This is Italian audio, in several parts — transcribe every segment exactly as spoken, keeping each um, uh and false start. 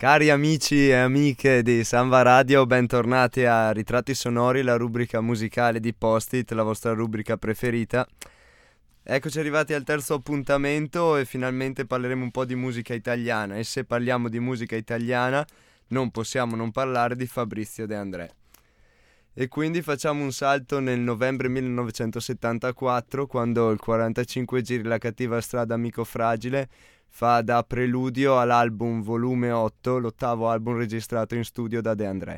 Cari amici e amiche di Samba Radio, bentornati a Ritratti Sonori, la rubrica musicale di Post-it, la vostra rubrica preferita. Eccoci arrivati al terzo appuntamento e finalmente parleremo un po' di musica italiana. E se parliamo di musica italiana non possiamo non parlare di Fabrizio De André. E quindi facciamo un salto nel novembre millenovecentosettantaquattro, quando il quarantacinque giri La cattiva strada Amico fragile fa da preludio all'album volume otto, l'ottavo album registrato in studio da De André.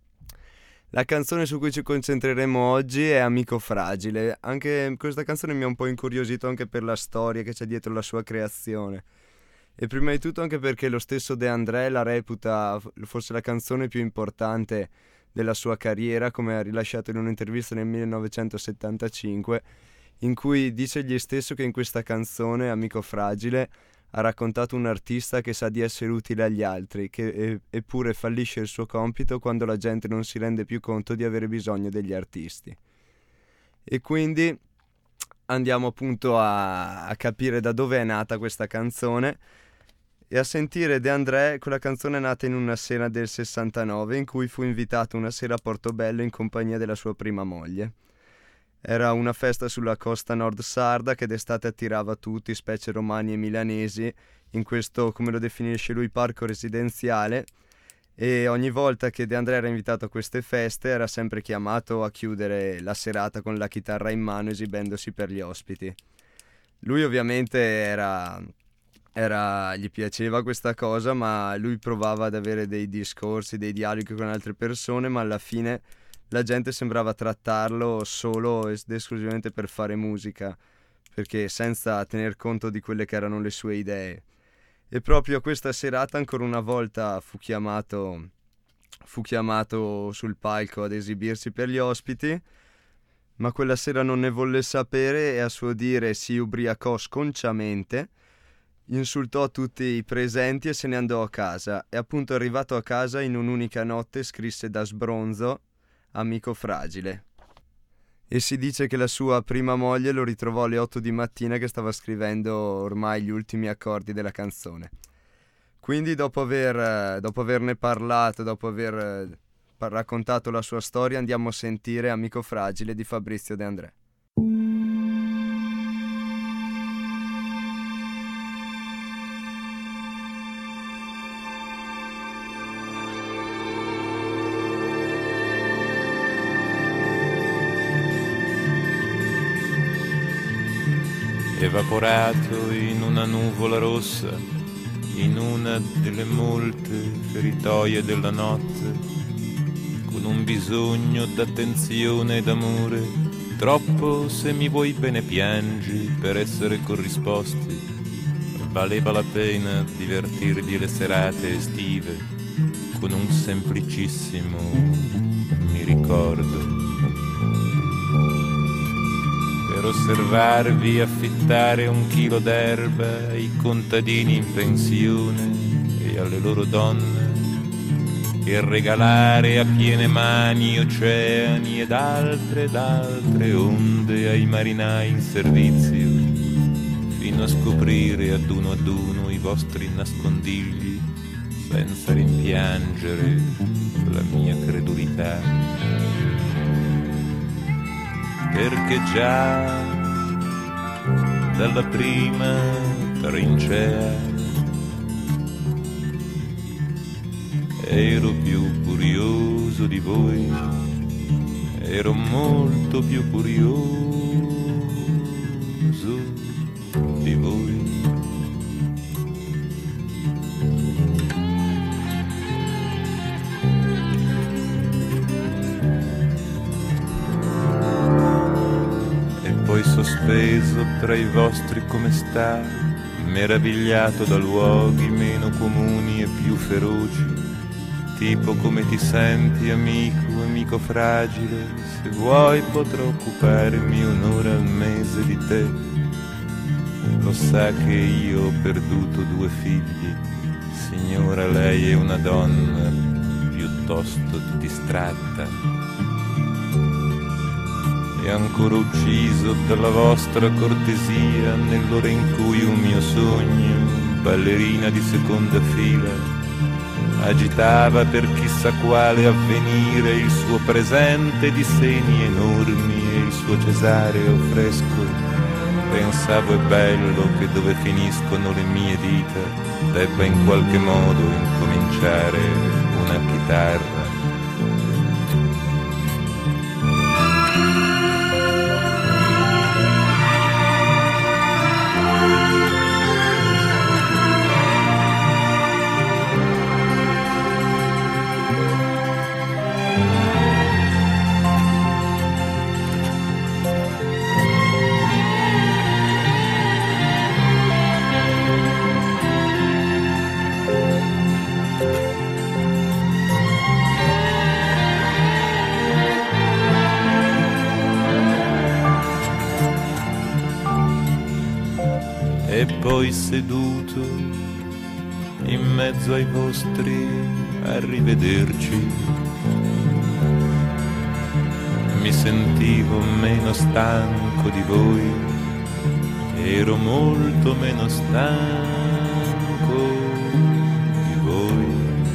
La canzone su cui ci concentreremo oggi è Amico fragile. Anche questa canzone mi ha un po' incuriosito anche per la storia che c'è dietro la sua creazione. E prima di tutto anche perché lo stesso De André la reputa forse la canzone più importante della sua carriera, come ha rilasciato in un'intervista nel millenovecentosettantacinque, in cui dice egli stesso che in questa canzone, Amico fragile, ha raccontato un artista che sa di essere utile agli altri, che e, eppure fallisce il suo compito quando la gente non si rende più conto di avere bisogno degli artisti. E quindi andiamo appunto a, a capire da dove è nata questa canzone e a sentire De André. Quella canzone è nata in una sera del sessantanove, in cui fu invitato una sera a Portobello in compagnia della sua prima moglie. Era una festa sulla costa nord sarda che d'estate attirava tutti, specie romani e milanesi, in questo, come lo definisce lui, parco residenziale, e ogni volta che De André era invitato a queste feste era sempre chiamato a chiudere la serata con la chitarra in mano, esibendosi per gli ospiti. Lui ovviamente era, era gli piaceva questa cosa, ma lui provava ad avere dei discorsi, dei dialoghi con altre persone, ma alla fine la gente sembrava trattarlo solo ed esclusivamente per fare musica, perché senza tener conto di quelle che erano le sue idee. E proprio a questa serata ancora una volta fu chiamato, fu chiamato sul palco ad esibirsi per gli ospiti, ma quella sera non ne volle sapere e a suo dire si ubriacò sconciamente, insultò tutti i presenti e se ne andò a casa. E appunto arrivato a casa in un'unica notte scrisse da sbronzo Amico fragile, e si dice che la sua prima moglie lo ritrovò alle otto di mattina che stava scrivendo ormai gli ultimi accordi della canzone. Quindi dopo aver dopo averne parlato, dopo aver raccontato la sua storia, andiamo a sentire Amico fragile di Fabrizio De André. Evaporato in una nuvola rossa, in una delle molte feritoie della notte, con un bisogno d'attenzione e d'amore, troppo se mi vuoi bene piangi per essere corrisposti. Valeva la pena divertirvi le serate estive con un semplicissimo mi ricordo. Per osservarvi affittare un chilo d'erba ai contadini in pensione e alle loro donne, e regalare a piene mani oceani ed altre ed altre onde ai marinai in servizio, fino a scoprire ad uno ad uno i vostri nascondigli, senza rimpiangere la mia credulità. Perché già dalla prima trincea ero più curioso di voi, ero molto più curioso di voi. Sospeso tra i vostri come sta, meravigliato da luoghi meno comuni e più feroci, tipo come ti senti amico, amico fragile, se vuoi potrò occuparmi un'ora al mese di te. Lo sa che io ho perduto due figli, signora lei è una donna piuttosto distratta, e ancora ucciso dalla vostra cortesia nell'ora in cui un mio sogno, ballerina di seconda fila, agitava per chissà quale avvenire il suo presente di seni enormi e il suo cesareo fresco. Pensavo è bello che dove finiscono le mie dita debba in qualche modo incominciare una chitarra. E poi seduto in mezzo ai vostri arrivederci mi sentivo meno stanco di voi, ero molto meno stanco di voi.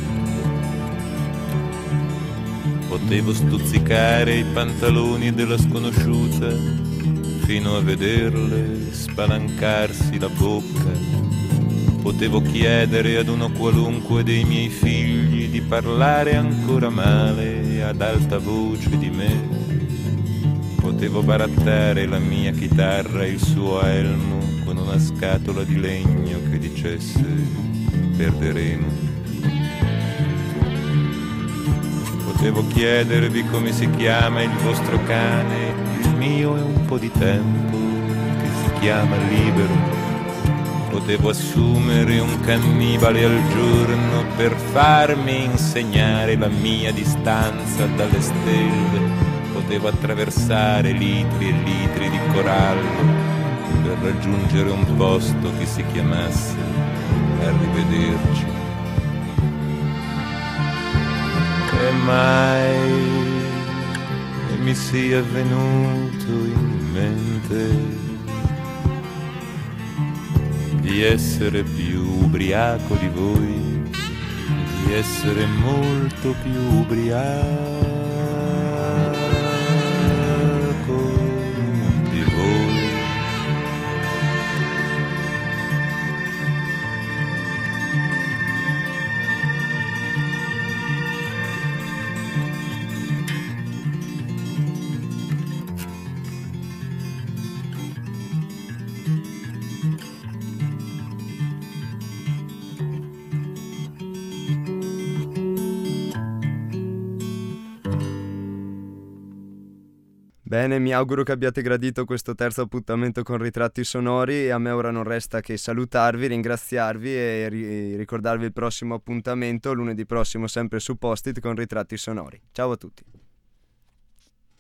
Potevo stuzzicare i pantaloni della sconosciuta fino a vederle spalancarsi la bocca. Potevo chiedere ad uno qualunque dei miei figli di parlare ancora male ad alta voce di me. Potevo barattare la mia chitarra e il suo elmo con una scatola di legno che dicesse perderemo. Potevo chiedervi come si chiama il vostro cane. Il mio è un po' di tempo che si chiama libero. Potevo assumere un cannibale al giorno per farmi insegnare la mia distanza dalle stelle. Potevo attraversare litri e litri di corallo per raggiungere un posto che si chiamasse arrivederci. E mai mi sia venuto in mente di essere più ubriaco di voi, di essere molto più ubriaco di voi. Bene, mi auguro che abbiate gradito questo terzo appuntamento con Ritratti Sonori e a me ora non resta che salutarvi, ringraziarvi e ri- ricordarvi il prossimo appuntamento lunedì prossimo sempre su Post-it con Ritratti Sonori. Ciao a tutti.